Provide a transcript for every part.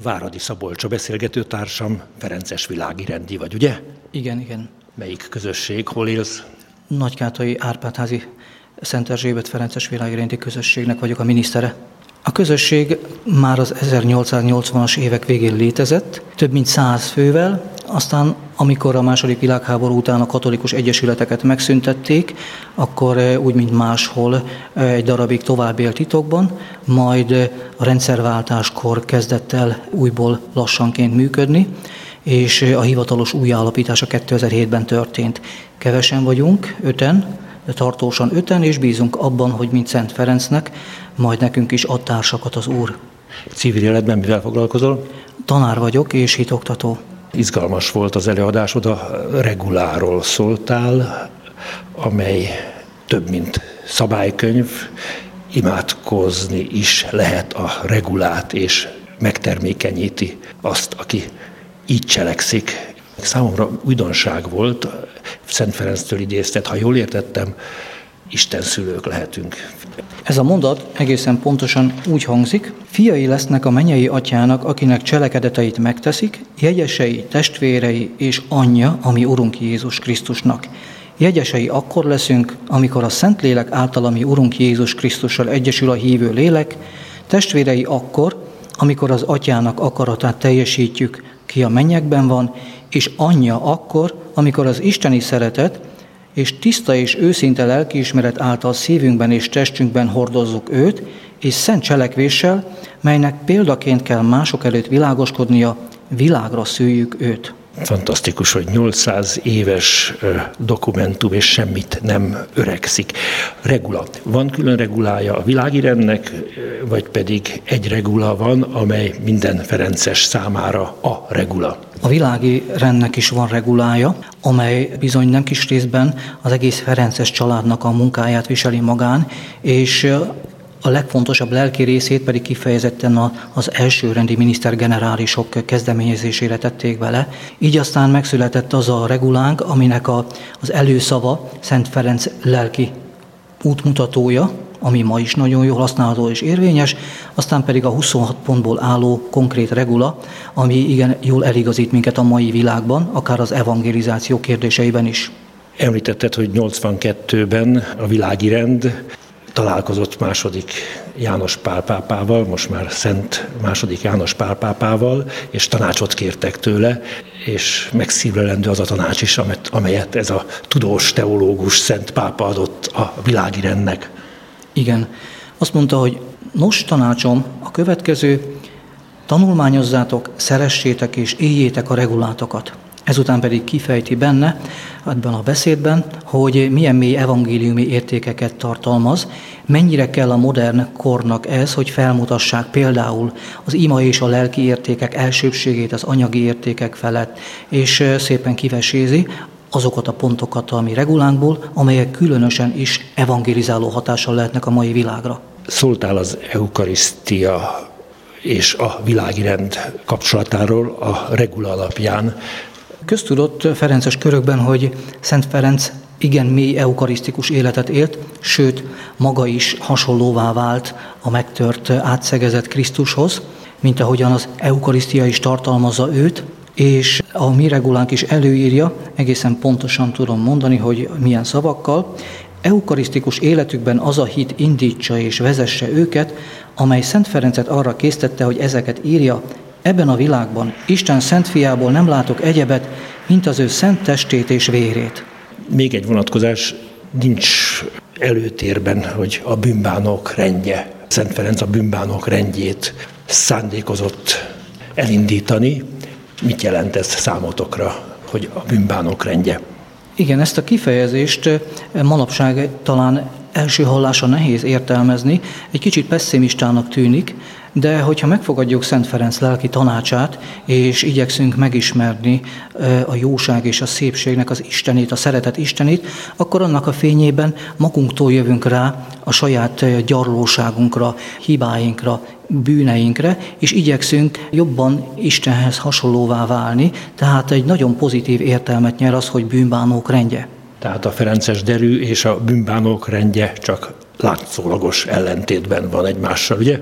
Váradi Szabolcs a beszélgetőtársam, ferences világirendi vagy, ugye? Igen. Melyik közösség, hol élsz? Nagykátai Árpád-házi Szent Erzsébet ferences világirendi közösségnek vagyok a minisztere. A közösség már az 1880-as évek végén létezett, több mint 100 fővel, aztán amikor a II. Világháború után a katolikus egyesületeket megszüntették, akkor úgy, mint máshol egy darabig tovább élt titokban, majd a rendszerváltáskor kezdett el újból lassanként működni, és a hivatalos újjáalapítása 2007-ben történt. Kevesen vagyunk, 5-en, de tartósan 5-en, és bízunk abban, hogy mint Szent Ferencnek, majd nekünk is ad társakat az Úr. Civil életben mivel foglalkozol? Tanár vagyok és hitoktató. Izgalmas volt az előadásod, a reguláról szóltál, amely több mint szabálykönyv, imádkozni is lehet a regulát, és megtermékenyíti azt, aki így cselekszik. Számomra újdonság volt, Szent Ferenctől idézted, ha jól értettem, Isten szülők lehetünk. Ez a mondat egészen pontosan úgy hangzik: fiai lesznek a mennyei atyának, akinek cselekedeteit megteszik, jegyesei, testvérei és anyja, ami Urunk Jézus Krisztusnak. Jegyesei akkor leszünk, amikor a Szentlélek által, ami Urunk Jézus Krisztussal egyesül a hívő lélek, testvérei akkor, amikor az atyának akaratát teljesítjük, ki a mennyekben van, és anyja akkor, amikor az isteni szeretet és tiszta és őszinte lelkiismeret által szívünkben és testünkben hordozzuk őt, és szent cselekvéssel, melynek példaként kell mások előtt világoskodnia, világra szüljük őt. Fantasztikus, hogy 800 éves dokumentum, és semmit nem öregszik. Regula. Van külön regulája a világirendnek, vagy pedig egy regula van, amely minden ferences számára a regula? A világi rendnek is van regulája, amely bizony nem kis részben az egész ferences családnak a munkáját viseli magán, és a legfontosabb lelki részét pedig kifejezetten az elsőrendi minisztergenerálisok kezdeményezésére tették bele. Így aztán megszületett az a regulánk, aminek az előszava Szent Ferenc lelki útmutatója, ami ma is nagyon jól használható és érvényes, aztán pedig a 26 pontból álló konkrét regula, ami igen jól eligazít minket a mai világban, akár az evangelizáció kérdéseiben is. Említetted, hogy 82-ben a világirend találkozott második János Pál pápával, most már Szent második János Pál pápával, és tanácsot kértek tőle, és megszívlelendő az a tanács is, amelyet ez a tudós teológus Szent pápa adott a világirendnek. Igen. Azt mondta, hogy nos, tanácsom a következő: tanulmányozzátok, szeressétek és éljétek a regulátokat. Ezután pedig kifejti benne, ebben a beszédben, hogy milyen mély evangéliumi értékeket tartalmaz, mennyire kell a modern kornak ez, hogy felmutassák például az ima és a lelki értékek elsőbbségét az anyagi értékek felett, és szépen kivesézi azokat a pontokat a mi regulánkból, amelyek különösen is evangelizáló hatással lehetnek a mai világra. Szóltál az eukarisztia és a világirend kapcsolatáról a regula alapján. Köztudott ferences körökben, hogy Szent Ferenc igen mély eukarisztikus életet élt, sőt, maga is hasonlóvá vált a megtört, átszegezett Krisztushoz, mint ahogyan az eukarisztia is tartalmazza őt, és a mi regulánk is előírja, egészen pontosan tudom mondani, hogy milyen szavakkal: eukarisztikus életükben az a hit indítsa és vezesse őket, amely Szent Ferencet arra késztette, hogy ezeket írja: ebben a világban Isten szent fiából nem látok egyebet, mint az ő szent testét és vérét. Még egy vonatkozás, nincs előtérben, hogy a bűnbánók rendje. Szent Ferenc a bűnbánók rendjét szándékozott elindítani. Mit jelent ez számotokra, hogy a bűnbánók rendje? Igen, ezt a kifejezést manapság talán első hallásra nehéz értelmezni, egy kicsit pesszimistának tűnik, de hogyha megfogadjuk Szent Ferenc lelki tanácsát, és igyekszünk megismerni a jóság és a szépségnek az Istenét, a szeretet Istenét, akkor annak a fényében magunktól jövünk rá a saját gyarlóságunkra, hibáinkra, bűneinkre, és igyekszünk jobban Istenhez hasonlóvá válni, tehát egy nagyon pozitív értelmet nyer az, hogy bűnbánók rendje. Tehát a ferences derű és a bűnbánók rendje csak látszólagos ellentétben van egymással, ugye?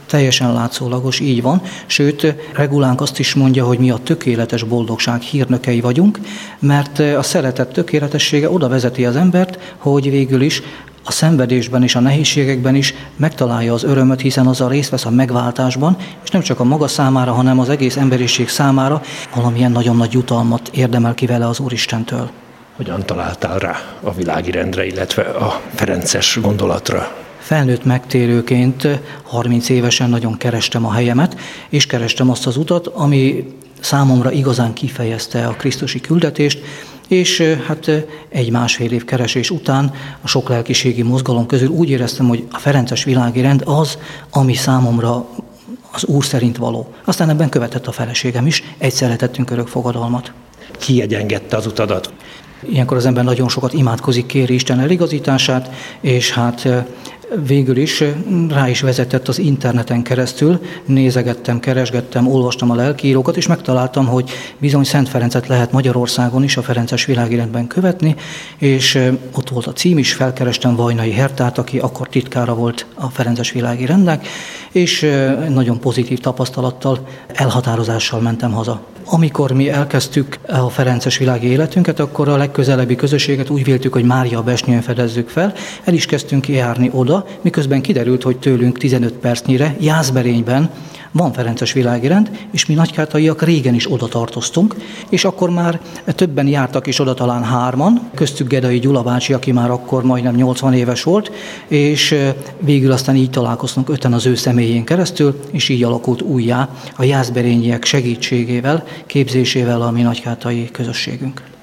Teljesen látszólagos, így van. Sőt, Regulánk azt is mondja, hogy mi a tökéletes boldogság hírnökei vagyunk, mert a szeretet tökéletessége oda vezeti az embert, hogy végül is a szenvedésben és a nehézségekben is megtalálja az örömöt, hiszen azzal részt vesz a megváltásban, és nem csak a maga számára, hanem az egész emberiség számára valamilyen nagyon nagy jutalmat érdemel ki vele az Úristentől. Hogyan találtál rá a világi rendre, illetve a ferences gondolatra? Felnőtt megtérőként 30 évesen nagyon kerestem a helyemet, és kerestem azt az utat, ami számomra igazán kifejezte a krisztusi küldetést, és hát egy-másfél év keresés után a sok lelkiségi mozgalom közül úgy éreztem, hogy a ferences világi rend az, ami számomra az Úr szerint való. Aztán ebben követett a feleségem is, egyszerre tettünk örök fogadalmat. Ki egyengedte az utadat? Ilyenkor az ember nagyon sokat imádkozik, kéri Isten eligazítását, és hát végül is rá is vezetett az interneten keresztül, nézegettem, keresgettem, olvastam a lelkiírókat, és megtaláltam, hogy bizony Szent Ferencet lehet Magyarországon is a ferences világirendben követni, és ott volt a cím is, felkerestem Vajnai Hertát, aki akkor titkára volt a ferences világirendnek, és nagyon pozitív tapasztalattal, elhatározással mentem haza. Amikor mi elkezdtük a ferences világi életünket, akkor a legközelebbi közösséget úgy véltük, hogy Mária Besnyőn fedezzük fel, el is kezdtünk járni oda, miközben kiderült, hogy tőlünk 15 percnyire Jászberényben van ferences világirend, és mi nagykátaiak régen is oda tartoztunk, és akkor már többen jártak is oda, talán 3-an, köztük Gedai Gyula bácsi, aki már akkor majdnem 80 éves volt, és végül aztán így találkoztunk 5-en az ő személyén keresztül, és így alakult újjá a jászberényiek segítségével, képzésével a mi nagykátai közösségünk.